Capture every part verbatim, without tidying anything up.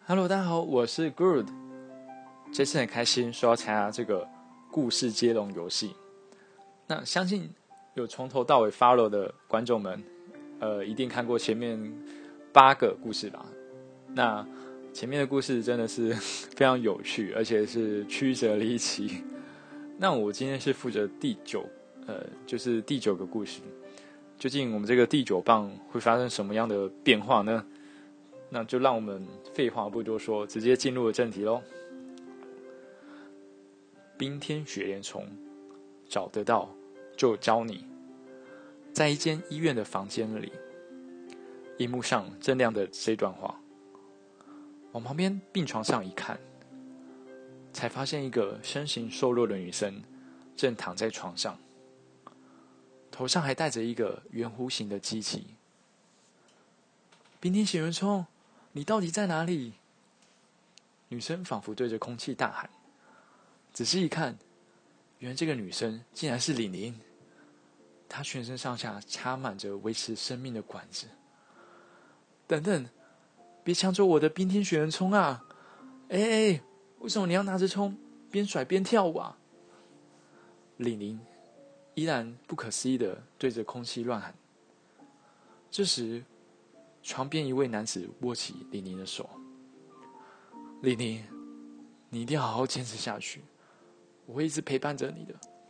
Hello， 大家好，我是 Good。这次很开心说要参加这个故事接龙游戏。那相信有从头到尾 follow 的观众们，呃，一定看过前面八个故事吧？那前面的故事真的是非常有趣，而且是曲折离奇。那我今天是负责第九，呃，就是第九个故事。究竟我们这个第九棒会发生什么样的变化呢？那就让我们废话不多说，直接进入了正题咯。冰天雪莲虫，找得到就教你。在一间医院的房间里，荧幕上正亮的这段话。往旁边病床上一看，才发现一个身形瘦弱的女生正躺在床上，头上还戴着一个圆弧形的机器。冰天雪莲虫，你到底在哪里？女生仿佛对着空气大喊。仔细一看，原来这个女生竟然是玲玲。她全身上下插满着维持生命的管子。等等，别抢走我的冰天雪莲虫啊！哎哎，为什么你要拿着葱边甩边跳舞啊？玲玲依然不可思议地对着空气乱喊。这时，床边一位男子握起玲玲的手。玲玲，你一定要好好坚持下去，我会一直陪伴着你的。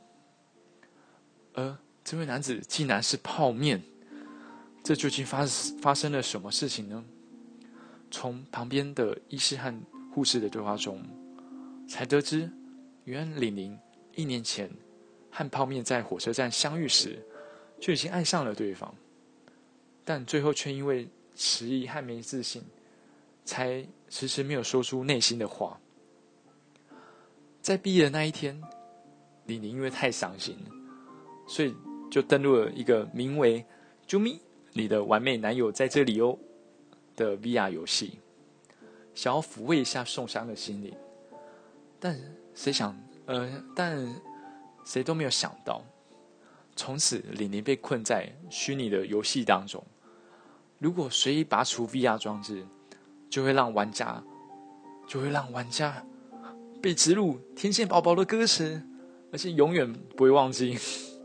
而这位男子竟然是泡面，这究竟发发生了什么事情呢？从旁边的医师和护士的对话中，才得知，原来玲玲一年前和泡面在火车站相遇时，就已经爱上了对方，但最后却因为迟疑和没自信，才迟迟没有说出内心的话。在毕业的那一天，玲玲因为太伤心，所以就登录了一个名为《啾咪，你的完美男友在这里哦》的 V R 游戏，想要抚慰一下受伤的心灵。但谁想，呃，但谁都没有想到，从此玲玲被困在虚拟的游戏当中。如果随意拔除 V R 装置，就会让玩家，就会让玩家被植入天线宝宝的歌词，而且永远不会忘记。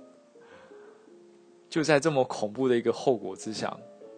就在这么恐怖的一个后果之下，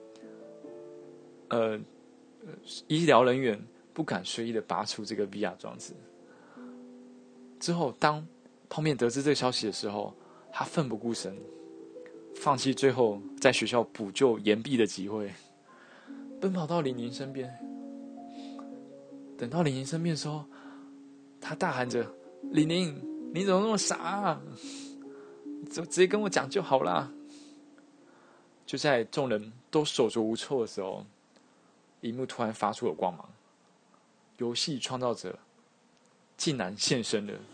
呃，医疗人员不敢随意的拔出这个 V R 装置。之后，当泡面得知这个消息的时候，他奋不顾身，放弃最后在学校补救延毕的机会，奔跑到玲玲身边。等到玲玲身边的时候，他大喊着：“玲玲，你怎么那么傻啊？就直接跟我讲就好啦。”就在众人都手足无措的时候，荧幕突然发出了光芒，游戏创造者竟然现身了。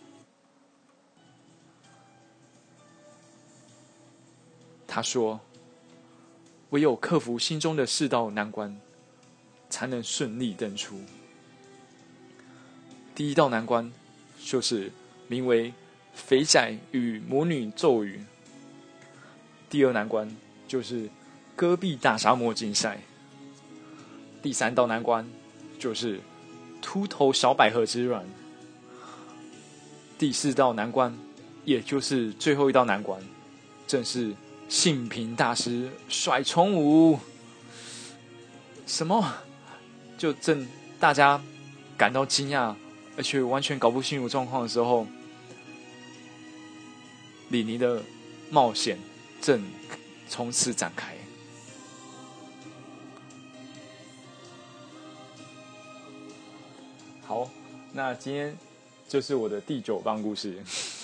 他说：“唯有克服心中的四道难关，才能顺利登出。第一道难关就是名为‘肥仔与魔女咒语’，第二难关就是戈壁大沙漠竞赛，第三道难关就是秃头小百合之卵，第四道难关，也就是最后一道难关，正是性平大师甩葱舞。”什么？就正大家感到惊讶，而且完全搞不清楚状况的时候，李妮的冒险正从此展开。好，那今天就是我的第九棒故事。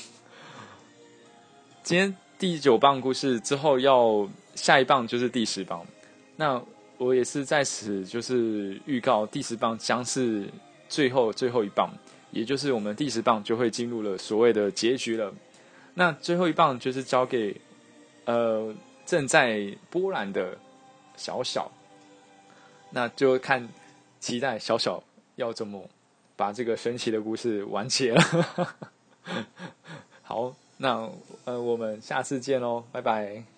今天第九棒故事之后，要下一棒就是第十棒。那我也是在此就是预告，第十棒将是最后最后一棒，也就是我们第十棒就会进入了所谓的结局了。那最后一棒就是交给呃正在波兰的小小，那就看期待小小要怎么把这个神奇的故事完结了。好，那呃我们下次见喽，拜拜。